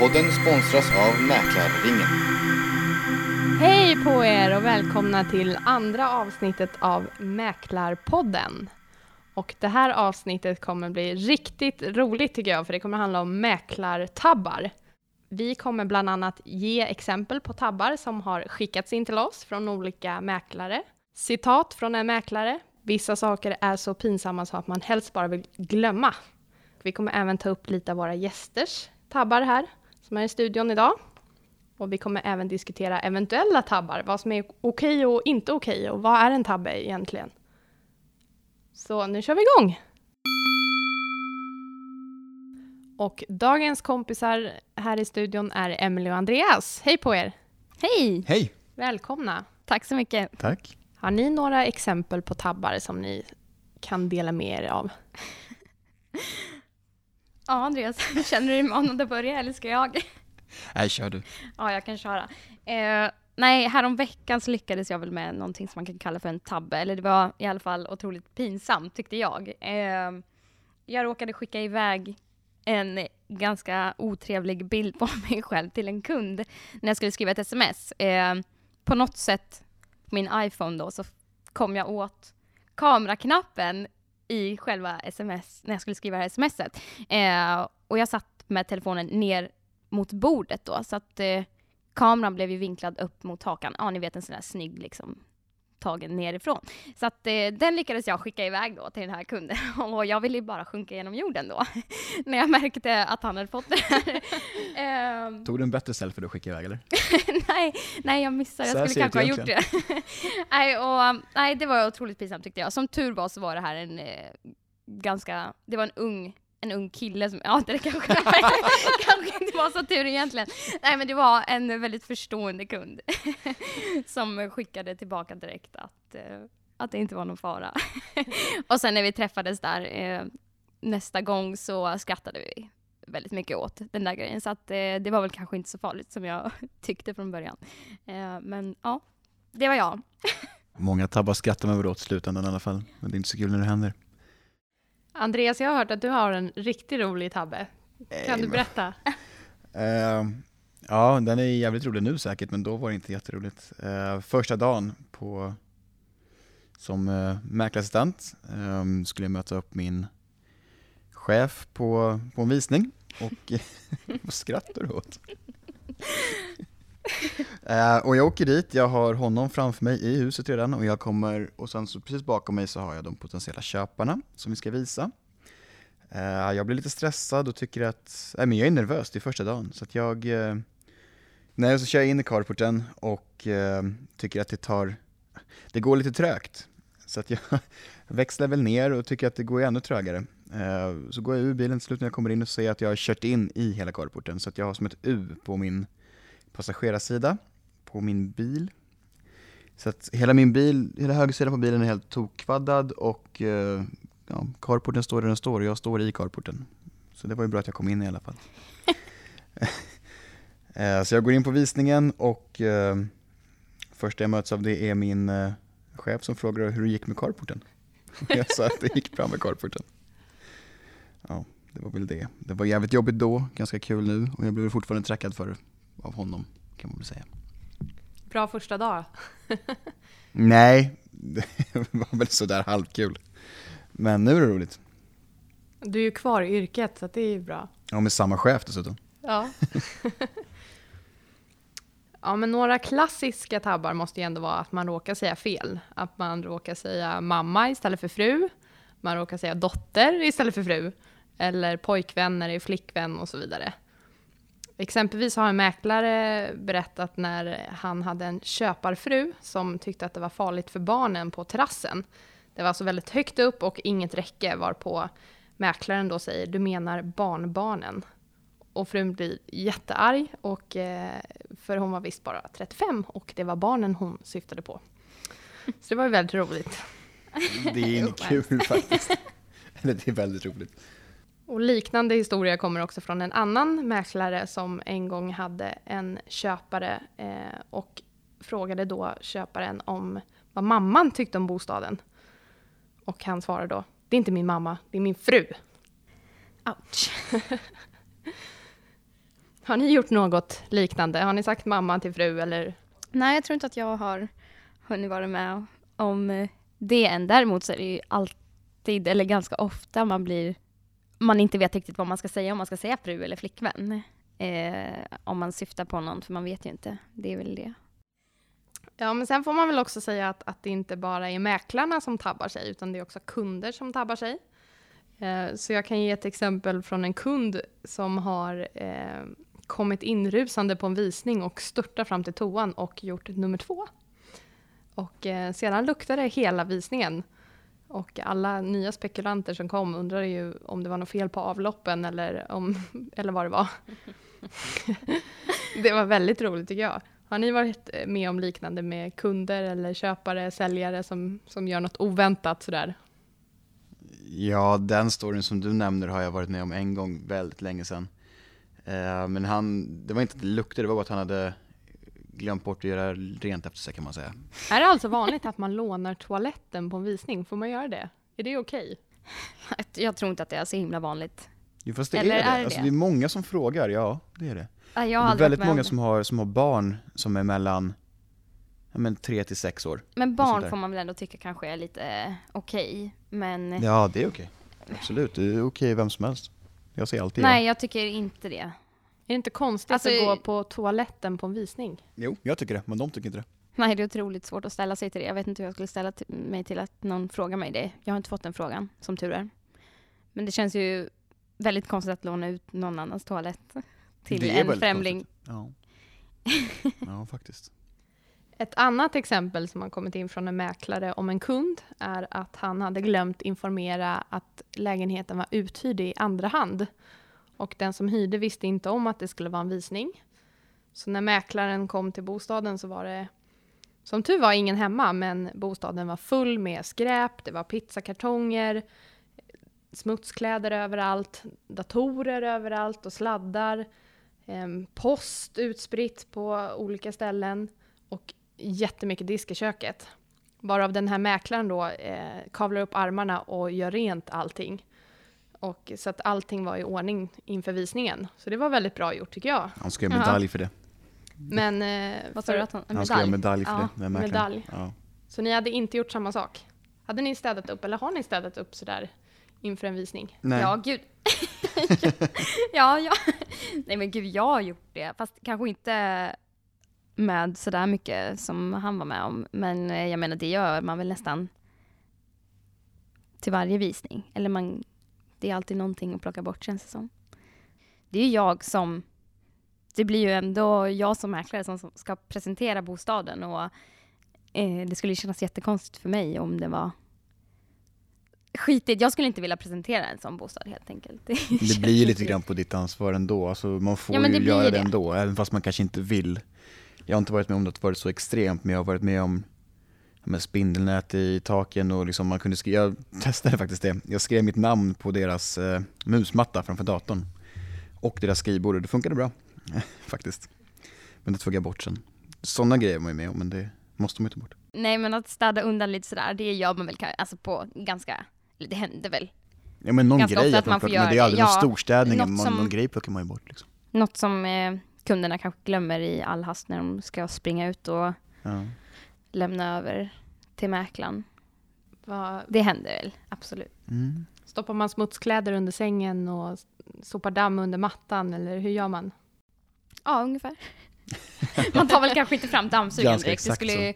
Podden sponsras av Mäklarringen. Hej på er och välkomna till andra avsnittet av Mäklarpodden. Och det här avsnittet kommer bli riktigt roligt tycker jag, för det kommer handla om mäklartabbar. Vi kommer bland annat ge exempel på tabbar som har skickats in till oss från olika mäklare. Citat från en mäklare. Vissa saker är så pinsamma så att man helst bara vill glömma. Vi kommer även ta upp lite av våra gästers tabbar här som är i studion idag. Och vi kommer även diskutera eventuella tabbar. Vad som är okej och inte okej. Och vad är en tabbe egentligen? Så nu kör vi igång! Och dagens kompisar här i studion är Emily och Andreas. Hej på er! Hej! Hej! Välkomna! Tack så mycket. Tack. Har ni några exempel på tabbar som ni kan dela med er av? Ja, Andreas, känner du dig manad att börja eller ska jag? Nej, kör du. Ja, jag kan köra. Nej, häromveckan så lyckades jag väl med någonting som man kan kalla för en tabbe. Eller det var i alla fall otroligt pinsamt tyckte jag. Jag råkade skicka iväg en ganska otrevlig bild på mig själv till en kund när jag skulle skriva ett sms. På något sätt på min iPhone då så kom jag åt kameraknappen i själva sms när jag skulle skriva det här smset. Och jag satt med telefonen ner mot bordet då så att kameran blev ju vinklad upp mot hakan. Ja, ni vet en sån där snygg liksom tagen nerifrån. Så att den lyckades jag skicka iväg då till den här kunden. Och jag ville ju bara sjunka genom jorden då. När jag märkte att han hade fått det här. Tog du en bättre selfie du skickade iväg eller? nej, jag missade. Jag skulle kanske ha gjort det. nej, det var otroligt pinsamt tyckte jag. Som tur var så var det här det var en ung kille som, ja det kanske inte var så tur egentligen. Nej, men det var en väldigt förstående kund som skickade tillbaka direkt att det inte var någon fara. Och sen när vi träffades där nästa gång så skrattade vi väldigt mycket åt den där grejen. Så att det var väl kanske inte så farligt som jag tyckte från början. Men ja, det var jag. Många tabbar skrattar man väl åt i slutändan i alla fall. Men det är inte så kul när det händer. Andreas, jag har hört att du har en riktigt rolig tabbe. Kan du berätta? Ja, den är jävligt rolig nu säkert, men då var det inte jätteroligt. Första dagen som mäklarassistent skulle jag möta upp min chef på en visning. Och vad skrattar du åt? Och jag åker dit, jag har honom framför mig i huset redan och sen så precis bakom mig så har jag de potentiella köparna som vi ska visa. Jag blir lite stressad och tycker att men jag är nervös till första dagen så att så kör jag in i carporten och tycker att det går lite trögt så att jag växlar väl ner och tycker att det går ännu trögare. Så går jag ur bilen till slut när jag kommer in och ser att jag har kört in i hela carporten så att jag har som ett U på min passagerarssida på min bil. Så att hela högersida på bilen är helt tokkvaddad och carporten står där den står och jag står i carporten. Så det var ju bra att jag kom in i alla fall. Så jag går in på visningen och första jag möts av det är min chef som frågar hur det gick med carporten. Jag sa att det gick bra med carporten. Ja, det var väl det. Det var jävligt jobbigt då, ganska kul nu och jag blev fortfarande trackad av honom kan man väl säga. Bra första dag. Nej, det var väl sådär halvkul. Men nu är det roligt. Du är ju kvar i yrket så att det är ju bra. Ja, med samma chef dessutom. Ja. Ja, men några klassiska tabbar måste ju ändå vara att man råkar säga fel. Att man råkar säga mamma istället för fru. Man råkar säga dotter istället för fru. Eller pojkvän eller flickvän och så vidare. Exempelvis har en mäklare berättat när han hade en köparfru som tyckte att det var farligt för barnen på terrassen. Det var alltså väldigt högt upp och inget räcke varpå mäklaren då säger du menar barnbarnen. Och frun blir jättearg för hon var visst bara 35 och det var barnen hon syftade på. Så det var ju väldigt roligt. Det är inte kul faktiskt. Eller det är väldigt roligt. Och liknande historia kommer också från en annan mäklare som en gång hade en köpare och frågade då köparen om vad mamman tyckte om bostaden. Och han svarade då, det är inte min mamma, det är min fru. Ouch. Har ni gjort något liknande? Har ni sagt mamma till fru eller? Nej, jag tror inte att jag har hunnit vara med om det än. Däremot så är det ju alltid, eller ganska ofta, man inte vet riktigt vad man ska säga. Om man ska säga fru eller flickvän. Om man syftar på någon, för man vet ju inte. Det är väl det. Ja, men sen får man väl också säga att det inte bara är mäklarna som tabbar sig, utan det är också kunder som tabbar sig. Så jag kan ge ett exempel från en kund som har kommit inrusande på en visning och störtat fram till toan och gjort nummer 2. Och sedan luktade det hela visningen. Och alla nya spekulanter som kom undrade ju om det var något fel på avloppen eller vad det var. Det var väldigt roligt tycker jag. Har ni varit med om liknande med kunder eller köpare, säljare som gör något oväntat sådär? Ja, den storyn som du nämner har jag varit med om en gång väldigt länge sedan. Men det var inte att det luktade, det var bara att han hade glömt bort att göra rent efter sig, kan man säga. Är det alltså vanligt att man lånar toaletten på en visning? Får man göra det? Är det okej? Jag tror inte att det är så himla vanligt. Jo, fast det Eller är det. är det Alltså, det? det är många som frågar, ja, det är det. Jag Det har är aldrig väldigt varit med om många det. som har barn som är mellan 3 till 6 år. Men sånt barn där. får man väl ändå tycka kanske är lite okej. Men Ja, det är okej. Absolut, det är okej vem som helst. Jag säger alltid nej, ja. jag tycker inte det. Är det inte konstigt Alltså, att gå på toaletten på en visning? Jo, jag tycker det, men de tycker inte det. Nej, det är otroligt svårt att ställa sig till det. Jag vet inte hur jag skulle ställa mig till att någon frågar mig det. Jag har inte fått den frågan, som tur är. Men det känns ju väldigt konstigt att låna ut någon annans toalett till Det är en väldigt främling. konstigt. Ja. Ja, faktiskt. Ett annat exempel som har kommit in från en mäklare om en kund är att han hade glömt informera att lägenheten var uthyrd i andra hand. Och den som hyrde visste inte om att det skulle vara en visning. Så när mäklaren kom till bostaden så var det, som tur var, ingen hemma, men bostaden var full med skräp, det var pizzakartonger, smutskläder överallt, datorer överallt och sladdar, post utspritt på olika ställen och jättemycket disk i köket. Varav den här mäklaren då kavlar upp armarna och gör rent allting. Och så att allting var i ordning inför visningen. Så det var väldigt bra gjort tycker jag. Han ska göra medalj för det. Men Vad sa du att en Han ska göra medalj för Ja, det. Den mäklaren. medalj. Ja. Så ni hade inte gjort samma sak? Hade ni städat upp eller har ni städat upp sådär inför en visning? Nej. Ja, gud. ja. Nej men gud, jag har gjort det. Fast kanske inte med sådär mycket som han var med om. Men jag menar, det gör man väl nästan till varje visning. Eller det är alltid någonting att plocka bort, känns det som. Det är ju det blir ju ändå jag som mäklare som ska presentera bostaden. Och det skulle kännas jättekonstigt för mig om det var skitigt. Jag skulle inte vilja presentera en sån bostad helt enkelt. Det blir lite grann på ditt ansvar ändå. Alltså, man får men det ju blir göra ju det det. ändå, även fast man kanske inte vill. Jag har inte varit med om det varit så extremt, men jag har varit med om med spindelnät i taken och liksom man kunde skriva. Jag testade faktiskt det. Jag skrev mitt namn på deras musmatta framför datorn och deras skrivbord och det funkade bra faktiskt. Men det tog jag bort sen. Sådana grejer var jag med om, men det måste man ju ta bort. Nej, men att städa undan lite sådär, det gör man väl alltså på ganska, det händer väl. Ja, men någon Ganska grej ofta att att man får men det är göra aldrig det. någon Ja, storstädning, något någon grej plockar man ju bort liksom. Något som kunderna kanske glömmer i all hast när de ska springa ut och lämna över till mäklaren. Det händer väl, absolut. Mm. Stoppar man smutskläder under sängen och sopar damm under mattan eller hur gör man? Ja, ungefär. Man tar väl kanske inte fram dammsugaren Ganska direkt. Det exakt skulle...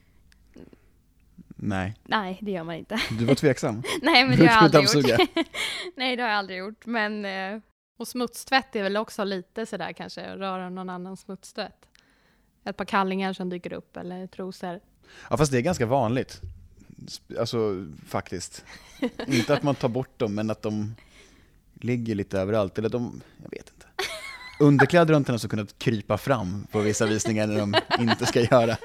Nej, det gör man inte. du var tveksam. Nej, men det har jag aldrig Dammsuga. gjort. Nej, det har jag aldrig gjort, men... Och smutstvätt är väl också lite sådär kanske, röra någon annan smutstvätt. Ett par kallingar som dyker upp eller trosor. Ja, fast det är ganska vanligt. Alltså faktiskt. Inte att man tar bort dem, men att de ligger lite överallt. Eller jag vet inte. Underkläder har inte ens kunnat krypa fram på vissa visningar när de inte ska göra.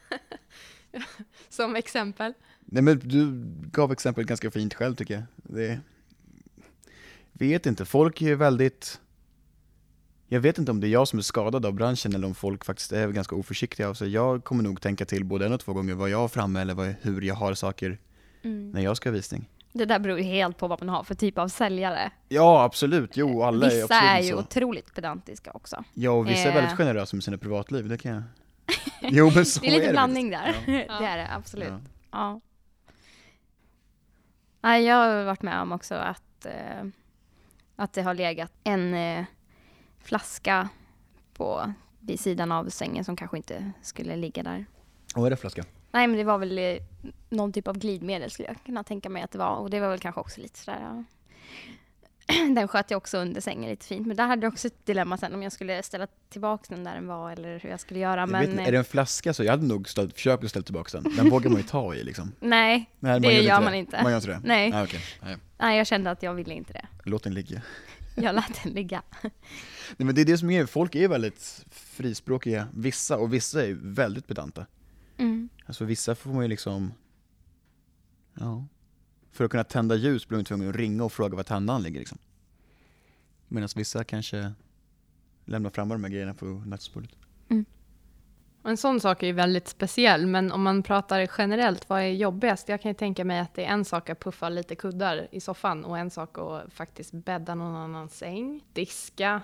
Som exempel? Nej, men du gav exempel ganska fint själv tycker jag. Vet inte, folk är väldigt... Jag vet inte om det är jag som är skadad av branschen eller om folk faktiskt är ganska oförsiktiga. Så jag kommer nog tänka till både 1 och 2 gånger vad jag har framme eller hur jag har saker när jag ska ha visning. Det där beror ju helt på vad man har för typ av säljare. Ja, absolut. Jo, alla är Vissa absolut är ju så. otroligt pedantiska också. Ja, och vissa är väldigt generösa med sina privatliv, det kan jag. Jo, men så Det är lite det blandning faktiskt. där. Ja. Det är det, absolut. Ja. Ja. Nej, jag har varit med om också att det har legat en flaska vid sidan av sängen som kanske inte skulle ligga där. Och vad är det flaska? Nej, men det var väl någon typ av glidmedel skulle jag kunna tänka mig att det var. Och det var väl kanske också lite sådär, ja. Den sköt jag också under sängen lite fint. Men där hade jag också ett dilemma sen om jag skulle ställa tillbaka den där den var eller hur jag skulle göra. Jag Men vet inte, är det en flaska så? Jag hade nog försökt att ställa tillbaka den. Den vågar man ju ta i liksom. nej, Nej, det gör inte man det. inte. Man gör inte det? Nej. Ah, okej. Nej. Nej, jag kände att jag ville inte det. Låt den ligga. Jag lät den ligga. Nej, men det är det som är, folk är väldigt frispråkiga, vissa, och vissa är väldigt pedanta. Mm. Alltså vissa får man ju liksom, ja, för att kunna tända ljus blir man tvungen att ringa och fråga var tändaren ligger liksom. Medan vissa kanske lämnar fram de här grejerna på nattbordet. Och en sån sak är ju väldigt speciell, men om man pratar generellt, vad är jobbigast? Jag kan ju tänka mig att det är en sak att puffa lite kuddar i soffan och en sak att faktiskt bädda någon annans säng, diska.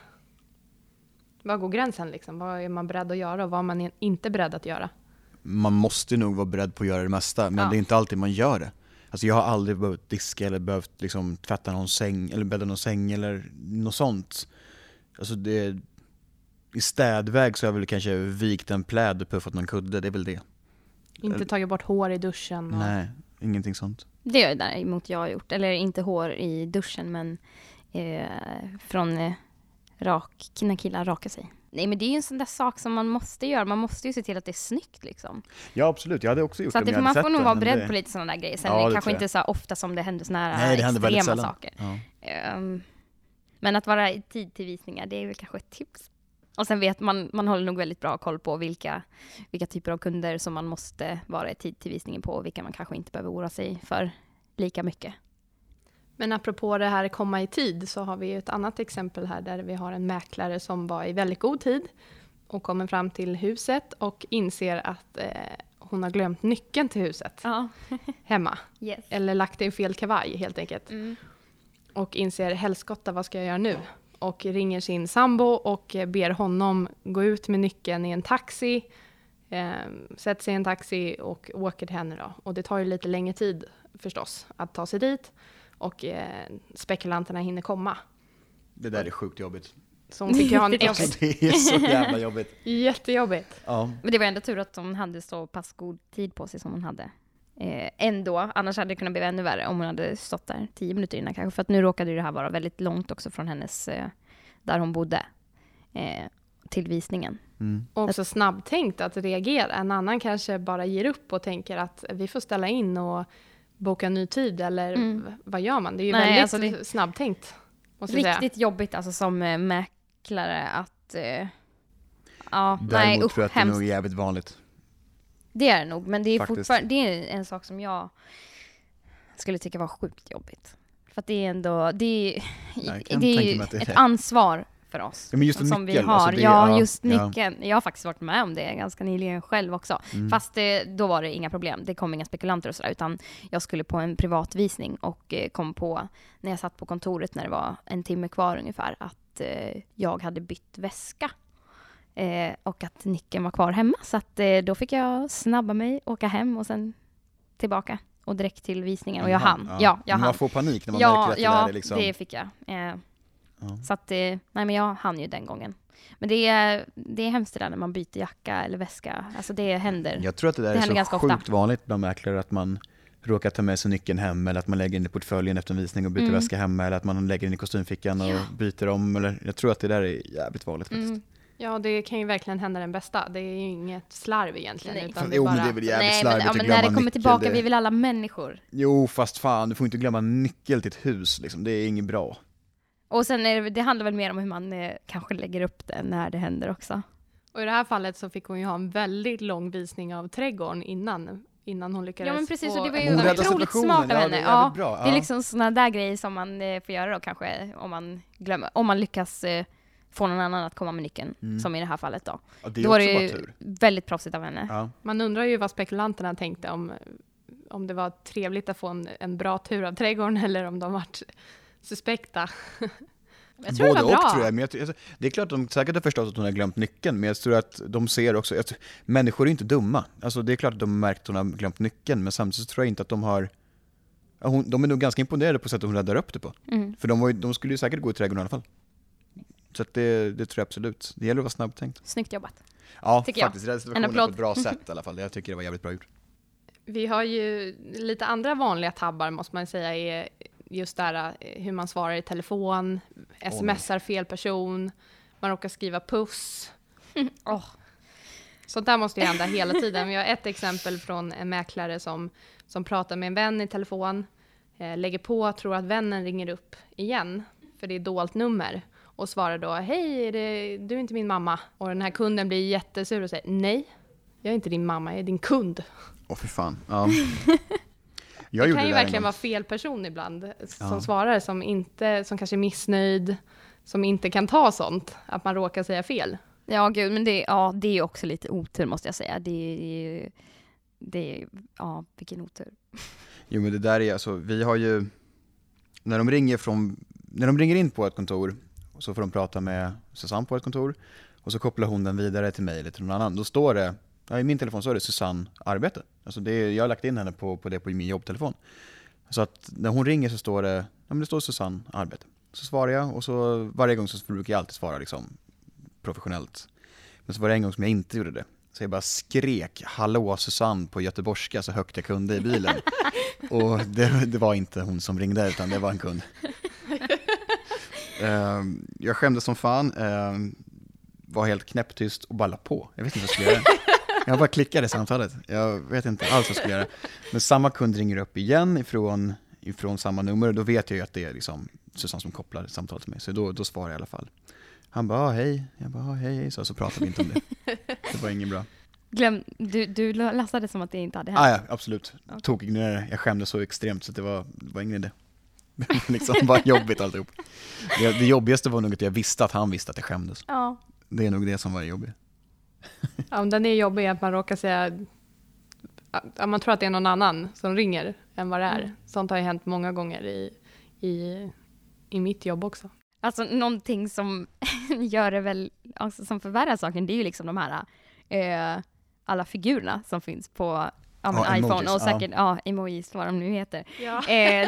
Var går gränsen liksom? Vad är man beredd att göra och vad är man inte beredd att göra? Man måste nog vara beredd på att göra det mesta, men Ja. det är inte alltid man gör det. Alltså jag har aldrig behövt diska eller behövt liksom tvätta någon säng eller bädda någon säng eller något sånt. Alltså det, i städväg så har jag väl kanske vikt en pläd och puffat någon kudde, det är väl det. Inte tagit bort hår i duschen? Och... Nej, ingenting sånt. Det är däremot jag har gjort. Eller inte hår i duschen, men från när killar rakar sig. Nej, men det är ju en sån där sak som man måste göra. Man måste ju se till att det är snyggt liksom. Ja, absolut. Jag hade också gjort Så att det om jag man hade får sett nog det, vara men beredd det- på lite sådana där grejer. Sen Ja, är det det kanske tror jag. inte så ofta som det händer såna här Nej, det händer väldigt extrema sällan. saker. Ja. Men att vara i tid till visningar, det är väl kanske ett tips. Och sen vet man håller nog väldigt bra koll på vilka typer av kunder som man måste vara i tid till visningen på och vilka man kanske inte behöver oroa sig för lika mycket. Men apropå det här komma i tid så har vi ju ett annat exempel här där vi har en mäklare som var i väldigt god tid och kommer fram till huset och inser att hon har glömt nyckeln till huset Ja. hemma. Yes. Eller lagt det i fel kavaj helt enkelt. Mm. Och inser, helskotta, vad ska jag göra nu? Och ringer sin sambo och ber honom gå ut med nyckeln i en taxi. Sätter sig i en taxi och åker till henne då. Och det tar ju lite längre tid förstås att ta sig dit. Och spekulanterna hinner komma. Det där är sjukt jobbigt. Så hon fick ju ha en Alltså, det är så jävla jobbigt. jättejobbigt. Ja. Men det var ändå tur att hon hade så pass god tid på sig som hon hade. Ändå, annars hade det kunnat bli ännu värre om hon hade stått där 10 minuter innan kanske. För att nu råkade ju det här vara väldigt långt också från hennes, där hon bodde, till visningen. Mm. Och också snabbtänkt att reagera. En annan kanske bara ger upp och tänker att vi får ställa in och boka en ny tid. Eller vad gör man? Det är ju Nej, väldigt alltså snabbtänkt. Måste jag säga. Riktigt jobbigt alltså som mäklare att... ja, Däremot nej, tror jag att det är hemskt. nog jävligt vanligt. Det är det nog, men det är Faktiskt. fortfarande det är en sak som jag skulle tycka var sjukt jobbigt. För att det är ändå det Jag kan är tänka ju mig att det är ett det. ansvar för oss. Ja, men just en som vi nyckel, har. alltså det- ja, ja, just ja. nyckeln. Jag har faktiskt varit med om det ganska nyligen själv också. Mm. Fast då var det inga problem. Det kom inga spekulanter och sådär. Utan jag skulle på en privatvisning och kom på när jag satt på kontoret när det var 1 timme kvar ungefär att jag hade bytt väska. Och att nyckeln var kvar hemma. Så att, då fick jag snabba mig, åka hem och sen tillbaka. Och direkt till visningen. Och jag Jaha, hann. Ja, jag Men hann. Man får panik när man märker att det där är liksom... det fick jag. Ja. Så att, nej men jag hann ju den gången. Men det är hemskt det där när man byter jacka eller väska. Alltså det händer. Jag tror att det där Det är händer så ganska sjukt ofta. vanligt bland mäklare att man råkar ta med sig nyckeln hem eller att man lägger in i portföljen efter en visning och byter väska hemma eller att man lägger in i kostymfickan och byter om. Eller, jag tror att det där är jävligt vanligt faktiskt. Mm. Ja, det kan ju verkligen hända den bästa. Det är ju inget slarv egentligen. Nej. Utan det är Jo, bara... men det är väl jävligt Nej, slarvigt men, att men glömma när det kommer nyckel, tillbaka, det... vi är väl alla människor. Jo, fast fan, du får inte glömma nyckel till ett hus liksom. Det är inget bra. Och sen det handlar väl mer om hur man kanske lägger upp det när det händer också. Och i det här fallet så fick hon ju ha en väldigt lång visning av trädgården innan hon lyckades Ja men precis, få... och det var ju Hon räddade otroligt situationen. smart av Ja, henne. det är Ja, jävligt bra. det är Ja. liksom sådana där grejer som man får göra då kanske om man lyckas få någon annan att komma med nyckeln, som i det här fallet då. Ja, det är Då var också det bara ju tur. väldigt proffsigt av henne. Ja. Man undrar ju vad spekulanterna tänkte om om det var trevligt att få en bra tur av trädgården eller om de varit suspekta. Jag tror det var Både och bra. tror jag. Men det är klart att de säkert har förstått att hon har glömt nyckeln, men jag tror att de ser också att människor är inte dumma. Alltså det är klart att de märkt att hon har glömt nyckeln, men samtidigt så tror jag inte att de har... de är nog ganska imponerade på sättet hon räddar upp det på. För de skulle ju säkert gå i trädgården i alla fall. Så att det tror jag absolut. Det gäller att vara snabbtänkt. Snyggt jobbat. Ja, Tycker jag. faktiskt. Rädda En situationen på applåd. ett bra sätt i alla fall. Jag tycker det var jävligt bra gjort. Vi har ju lite andra vanliga tabbar måste man säga är just där hur man svarar i telefon, smsar fel person, man råkar skriva puss. Sånt där måste ju hända hela tiden. Vi har ett exempel från en mäklare som pratar med en vän i telefon, lägger på, tror att vännen ringer upp igen, för det är dolt nummer, och svarar då, hej, du är inte min mamma. Och den här kunden blir jättesur och säger, nej, jag är inte din mamma, jag är din kund. För fan. Ja. Det kan ju verkligen vara fel person ibland som svarar, som kanske är missnöjd, som inte kan ta sånt, att man råkar säga fel. Ja, gud, men det är också lite otur måste jag säga. Vilken otur. Jo, men det där är alltså, vi har ju, när de ringer in på ett kontor, så får de prata med Susanne på ett kontor, och så kopplar hon den vidare till mig eller till någon annan. Då står det, i min telefon så är det Susanne arbete. Alltså jag har lagt in henne på min jobbtelefon. Så att när hon ringer så står det, det står Susanne arbete. Så svarar jag, och så varje gång så brukar jag alltid svara liksom professionellt. Men så var det en gång som jag inte gjorde det. Så jag bara skrek hallå Susanne på göteborgska så högt jag kunde i bilen. Och det var inte hon som ringde, utan det var en kund. Jag skämdes som fan. Var helt knäpptyst och bara la på. Jag vet inte vad jag skulle göra. Jag bara klickade i samtalet. Jag vet inte alls vad jag skulle göra. Men samma kund ringer upp igen ifrån samma nummer. Och då vet jag ju att det är liksom Susanne som kopplar samtalet till mig. Så då svarar jag i alla fall. Han bara, hej. Jag bara, hej. Så pratar vi inte om det. Det var ingen bra. Du lastade som att det inte hade hänt. Ja, absolut. Tokignerade. Jag skämde så extremt så det var ingen idé. Liksom bara jobbigt alltihop. Det jobbigaste var nog att jag visste att han visste att jag skämdes. Ja. Det är nog det som var jobbigt. Ja, om den är jobbig att man råkar säga att man tror att det är någon annan som ringer än vad det är. Sånt har ju hänt många gånger i mitt jobb också. Alltså någonting som gör det väl, alltså, som förvärrar saken, det är ju liksom de här alla figurerna som finns på iPhone emojis, och säkert emojis, vad de nu heter. Ja.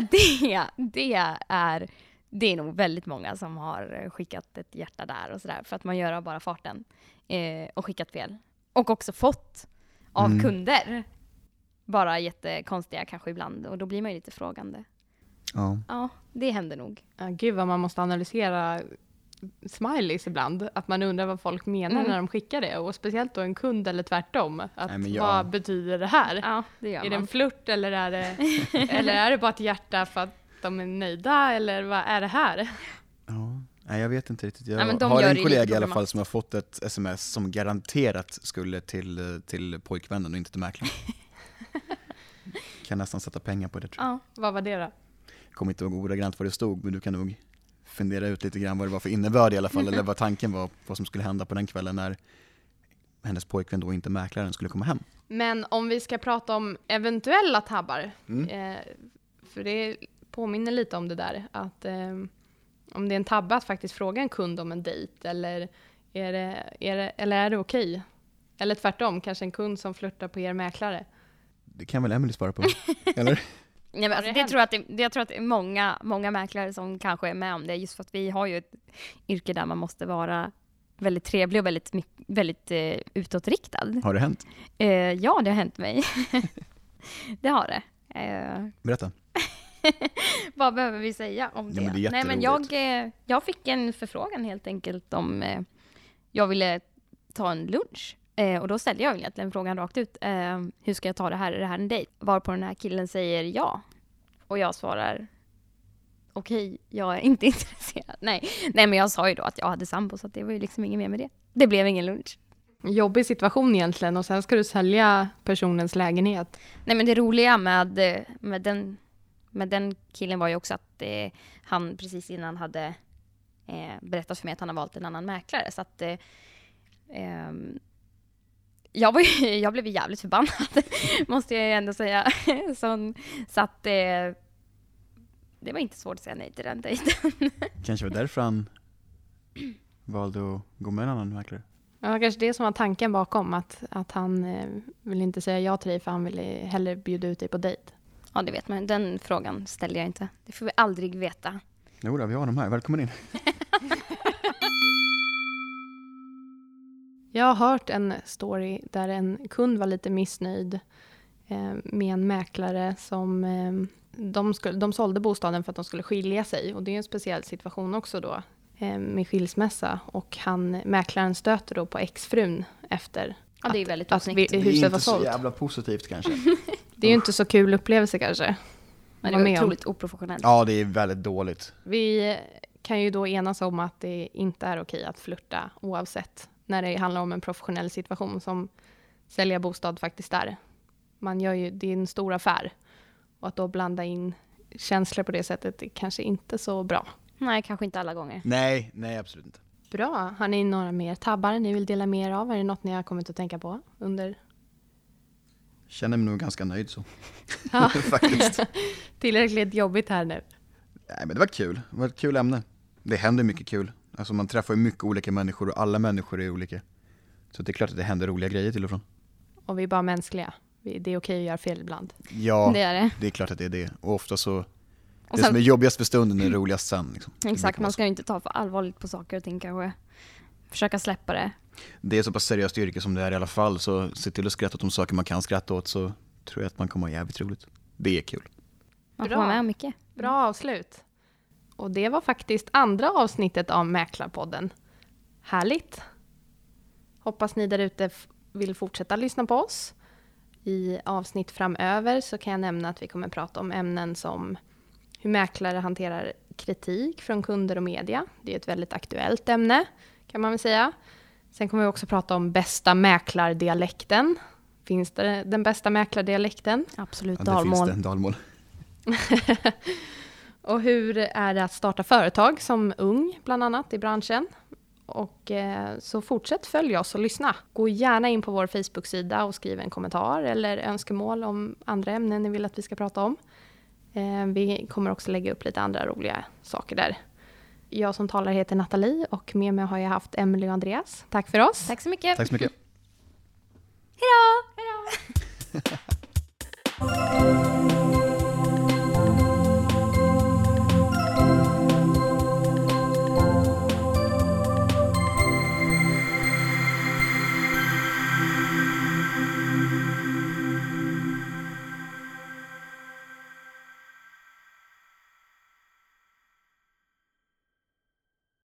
Det är nog väldigt många som har skickat ett hjärta där och sådär, för att man gör av bara farten och skickat fel. Och också fått av kunder bara jättekonstiga kanske ibland, och då blir man ju lite frågande. Ja, det händer nog. Gud vad man måste analysera smileys ibland. Att man undrar vad folk menar när de skickar det. Och speciellt då en kund eller tvärtom. Vad betyder det här? Ja, det gör man. Är det en flört eller är det bara ett hjärta för att de är nöjda? Eller vad är det här? Ja, nej, jag vet inte riktigt. Jag har har en kollega i alla fall som har fått ett sms som garanterat skulle till pojkvännen och inte till mäklaren. Kan nästan sätta pengar på det, tror jag. Ja, vad var det då? Kommer inte ihåg ordagrant vad det stod, men du kan nog fundera ut lite grann vad det var för innebörd i alla fall, eller vad tanken var, vad som skulle hända på den kvällen när hennes pojkvän då inte mäklaren skulle komma hem. Men om vi ska prata om eventuella tabbar, för det påminner lite om det där, att om det är en tabbe att faktiskt fråga en kund om en dejt, eller är det okej? Eller tvärtom, kanske en kund som flörtar på er mäklare. Det kan väl Emily svara på, eller? Nej, men alltså, jag tror att det är många mäklare som kanske är med om det, just för att vi har ju ett yrke där man måste vara väldigt trevlig och väldigt utåtriktad. Har det hänt? Ja, det har hänt mig. Det har det. Berätta. Vad behöver vi säga om det? Ja, men det är nej, men jag fick en förfrågan helt enkelt om jag ville ta en lunch. Och då ställde jag egentligen frågan rakt ut. Hur ska jag ta det här? Är det här en dejt? Varpå den här killen säger ja. Och jag svarar okej, jag är inte intresserad. Nej, men jag sa ju då att jag hade sambo, så att det var ju liksom inget mer med det. Det blev ingen lunch. Jobbig situation egentligen, och sen ska du sälja personens lägenhet. Nej, men det roliga med den killen var ju också att han precis innan hade berättat för mig att han har valt en annan mäklare. Så att jag blev jävligt förbannad, måste jag ändå säga. Så att det var inte svårt att säga nej till den dejten. Kanske var därför han valde att gå med en annan mäklare. Ja, kanske det som var tanken bakom, att han vill inte säga ja till dig för han vill hellre bjuda ut dig på dejt. Ja, det vet man. Den frågan ställer jag inte. Det får vi aldrig veta. Jo då, vi har dem här. Välkommen in. Jag har hört en story där en kund var lite missnöjd med en mäklare som de sålde bostaden för att de skulle skilja sig. Och det är en speciell situation också då med skilsmässa. Och mäklaren stöter då på exfrun efter Ja, det är väldigt att osnyggt. Det är huset var inte så sålt. jävla positivt kanske. Det är ju inte så kul upplevelse kanske. Men det var otroligt oprofessionellt. Ja, det är väldigt dåligt. Vi kan ju då enas om att det inte är okej att flirta oavsett när det handlar om en professionell situation som sälja bostad faktiskt är. Det är en stor affär. Och att då blanda in känslor på det sättet är kanske inte så bra. Nej, kanske inte alla gånger. Nej, absolut inte. Bra. Har ni några mer tabbar ni vill dela med er av? Är det något ni har kommit att tänka på under? Känner mig nog ganska nöjd så. Ja. Faktiskt. Tillräckligt jobbigt här nu. Nej, men det var kul. Det var ett kul ämne. Det händer mycket kul. Alltså man träffar ju mycket olika människor och alla människor är olika. Så det är klart att det händer roliga grejer till och från. Och vi är bara mänskliga. Det är okej att göra fel ibland. Ja, Det är det. det är klart att det är det. Och ofta så, det sen- som är jobbigast för stunden är roligast sen. Liksom. Det Exakt, brukar vara man så. ska ju inte ta för allvarligt på saker och ting kanske. Försöka släppa det. Det är så pass seriöst yrke som det är i alla fall, så se till att skratta åt de saker man kan skratta åt, så tror jag att man kommer ha jävligt roligt. Det är kul. Man får Bra. vara med om mycket. Bra avslut. Och det var faktiskt andra avsnittet av Mäklarpodden. Härligt. Hoppas ni där ute vill fortsätta lyssna på oss. I avsnitt framöver så kan jag nämna att vi kommer prata om ämnen som hur mäklare hanterar kritik från kunder och media. Det är ett väldigt aktuellt ämne kan man väl säga. Sen kommer vi också prata om bästa mäklardialekten. Finns det den bästa mäklardialekten? Absolut, Ja, det finns dalmål. det, dalmål. Och hur är det att starta företag som ung, bland annat, i branschen? Och så fortsätt följa oss och lyssna. Gå gärna in på vår Facebook-sida och skriv en kommentar eller önskemål om andra ämnen ni vill att vi ska prata om. Vi kommer också lägga upp lite andra roliga saker där. Jag som talar heter Nathalie och med mig har jag haft Emily och Andreas. Tack för oss. Tack så mycket. Tack så mycket. Hej då!